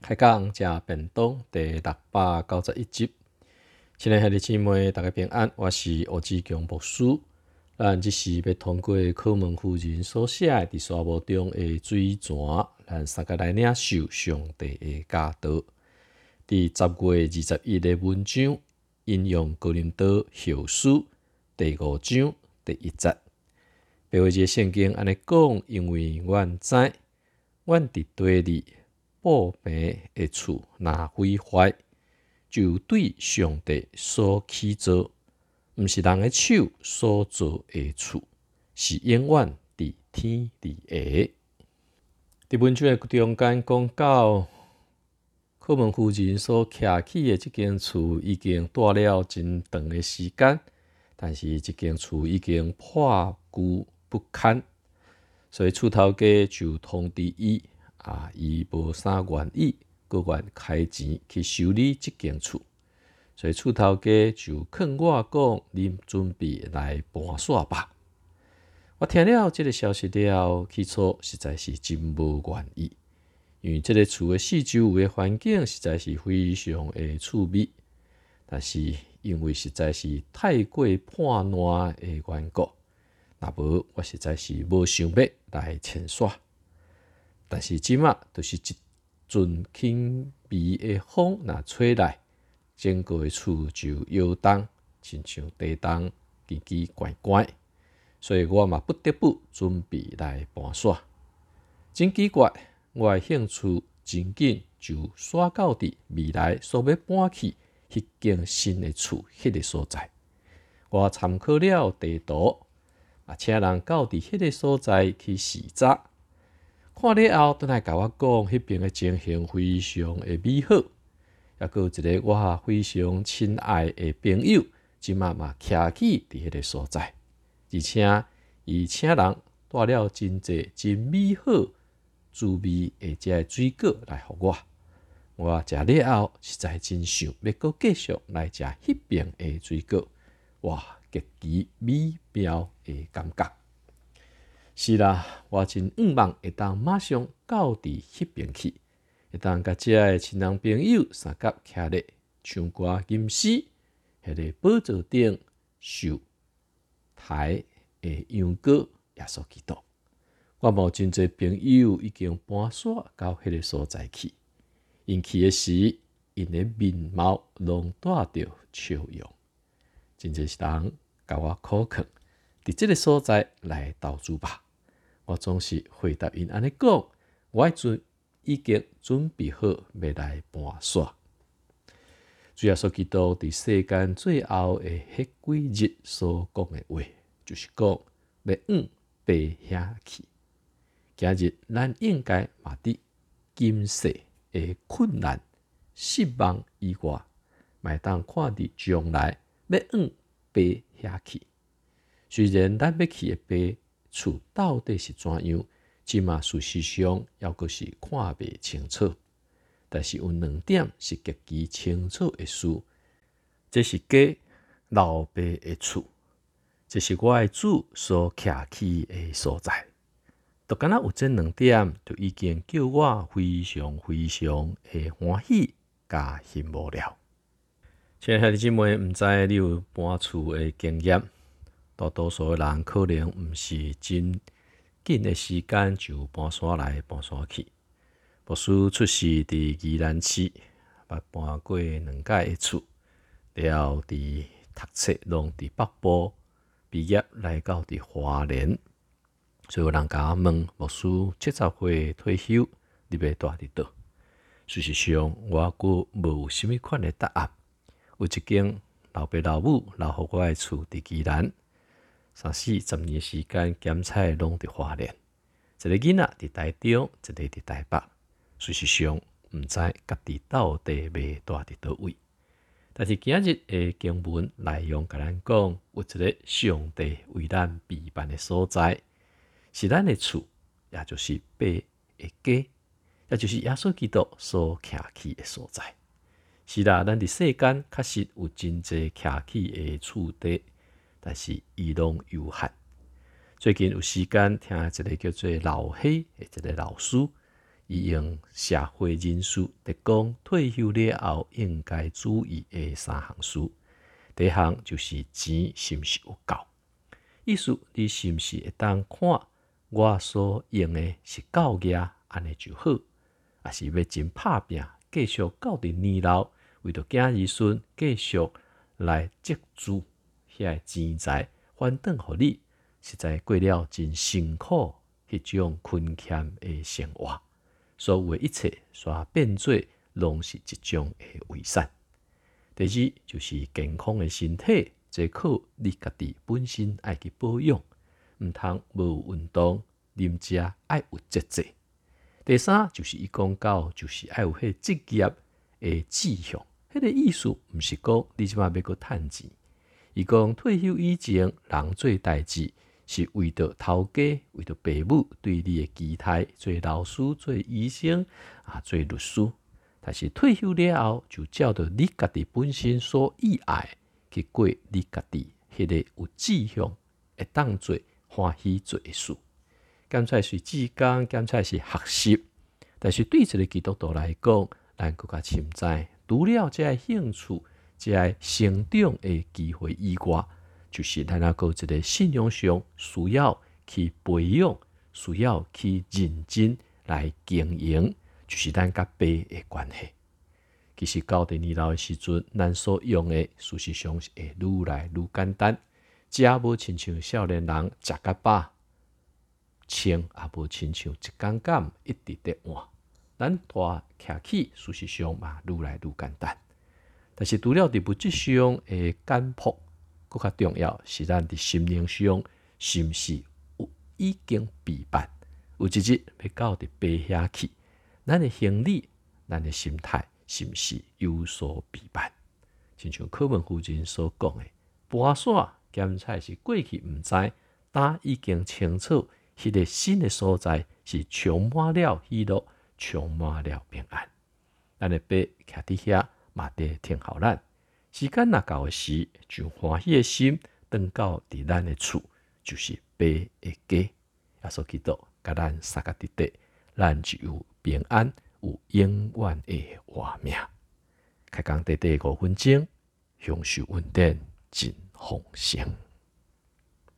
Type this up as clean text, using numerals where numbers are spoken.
开讲食便当第691集。亲爱的兄弟姊妹，大家平安，我是吴志强牧师。咱这是要通过考门夫人所写的伫沙漠中的水泉，咱三个来领受上帝的教导。伫10月21日的文章，引用哥林多后书第5章第1节。白话节圣经安尼讲，因为阮知，阮伫地里布平的厝若毁坏，就对上帝所起造，毋是人的手所造的厝，是永远伫天里的。伫文章的中间讲到，考门夫人所徛起的这间厝已经住了真长的时间，但是这间厝已经破旧不堪，所以厝头家就通知伊无啥愿意，阁愿开钱去修理这间厝。所以厝头家就劝我讲：“恁准备来搬煞吧。”我听了这个消息了，起初实在是真无愿意，因为这个厝的四周围的环境实在是非常的趣味，但是因为实在是太过破烂的缘故，若无我实在是无想要来迁徙。但是即马就是一阵轻微的风若吹来，整个的厝就摇动，亲像地动，奇奇怪怪，所以我嘛不得不准备来搬徙。真奇怪，我的兴趣真紧就徙到伫未来所要搬去迄间新的厝迄个所在。我参考了地图，请人到伫迄个所在去视察。看了后，倒来甲我讲，迄边的情形非常的美好。也有一个我非常亲爱的朋友，即马嘛徛起伫迄个所在，而且伊请人带了真济真美好滋味的这水果来互我。我食了后，实在真想要阁继续来食迄边的水果，哇，极其美妙的感觉。是啦，我真盼望会当马上到伫迄边去，会当甲遮的亲人朋友三甲徛咧唱歌吟诗，迄个宝座顶受台的羊羔耶稣基督。我有真侪朋友已经搬徙到迄个所在去，因去的时，因的面貌拢带着笑容，真侪人甲我苦劝，伫即个所在来投资吧。我总是回答因安尼讲，我已经准备好要来搬徙。主耶稣基督伫世间最后的迄几日所讲的话，就是讲要爬遐去。今日咱应该嘛伫今世的困难、失望以外，嘛当看伫将来要爬遐去。虽然咱要去的爬厝到底是怎样，即马事实上还阁是看袂清楚。但是有2点是极其清楚的事，这是家老爸的厝，这是我的主所徛起的所在。就敢若有这2点，就已经叫我非常非常的欢喜加羡慕了。亲爱的姊妹，毋知你有搬厝的经验？大多数的人可能毋是真紧的时间就搬徙来搬徙去。牧师出世伫宜兰市，捌搬过2届的厝，了伫读册拢伫北部，毕业来到伫花莲。所以有人甲我问，牧师70岁退休，你要住伫倒？事实上，我阁无有啥物款的答案。有一间老爸老母留互我的厝伫宜兰，30-40年的时间兼差拢伫花莲。一个囡仔伫台中，一个伫台北。事实上，毋知家己到底要住伫倒位。但是今日的经文内容甲咱讲，有一个上帝为咱备办的所在，是咱的厝，也就是爸的家，也就是耶稣基督所徛起的所在。是啦，咱伫世间确实有真济徛起的厝地，但是伊拢有限。最近有时间听一个叫做老黑的一个老师， 伊用社会人士伫讲退休了后应该注意的3项事。第一项就是钱是毋是有够，意思你是毋是会当看我所用的是够额，安尼就好，还是要真拍拼，继续到伫年老，为着囝儿孙继续来积聚遐钱财，还转互你，实在过了真辛苦迄种困欠的生活。所有的一切煞变做拢是一种的遗产。第二就是健康的身体，这靠你家己本身爱去保养，毋通无运动，啉食爱有节制。第三就是伊讲到，就是爱有迄职业的志向，迄个意思毋是讲你即摆要搁趁钱，伊讲退休以前人做代志。是为着头家，为着父母对你的期待，做老师、做医生做律师。但是退休了后，就照着你家己本身所意爱去过你家己迄个有志向，会当做欢喜做的事。刚才是志工，刚才是学习，但是对一个基督徒来讲，咱更加深知，除了这个兴趣、这个成长的机会以外，就是咱还有一个信仰上需要去培养，需要去认真来经营，就是咱甲爸的关系。其实到第年老的时阵，咱所用的事实上是会愈来愈简单，食无亲像少年人食甲饱，穿也无亲像一竿竿一直在换。咱大徛起，事实上嘛愈来愈简单。但是除了伫物质上的简朴，更较重要是咱伫心灵上是毋是有已经备办，有一日要到伫爸遐去，咱的行李、咱的心态是毋是有所备办？亲像柯文夫人所讲的，跋筀兼且是过去毋知，但已经清楚，迄个新的所在是充满了喜乐，充满了平安。咱的爸徛伫遐，嘛得听候咱。时间若到的时，就欢喜的心转到伫咱的厝，就是爸的家。耶稣基督甲咱三个伫底，咱就有平安，有永远的活命。开讲短短5分钟，享受恩典真丰盛。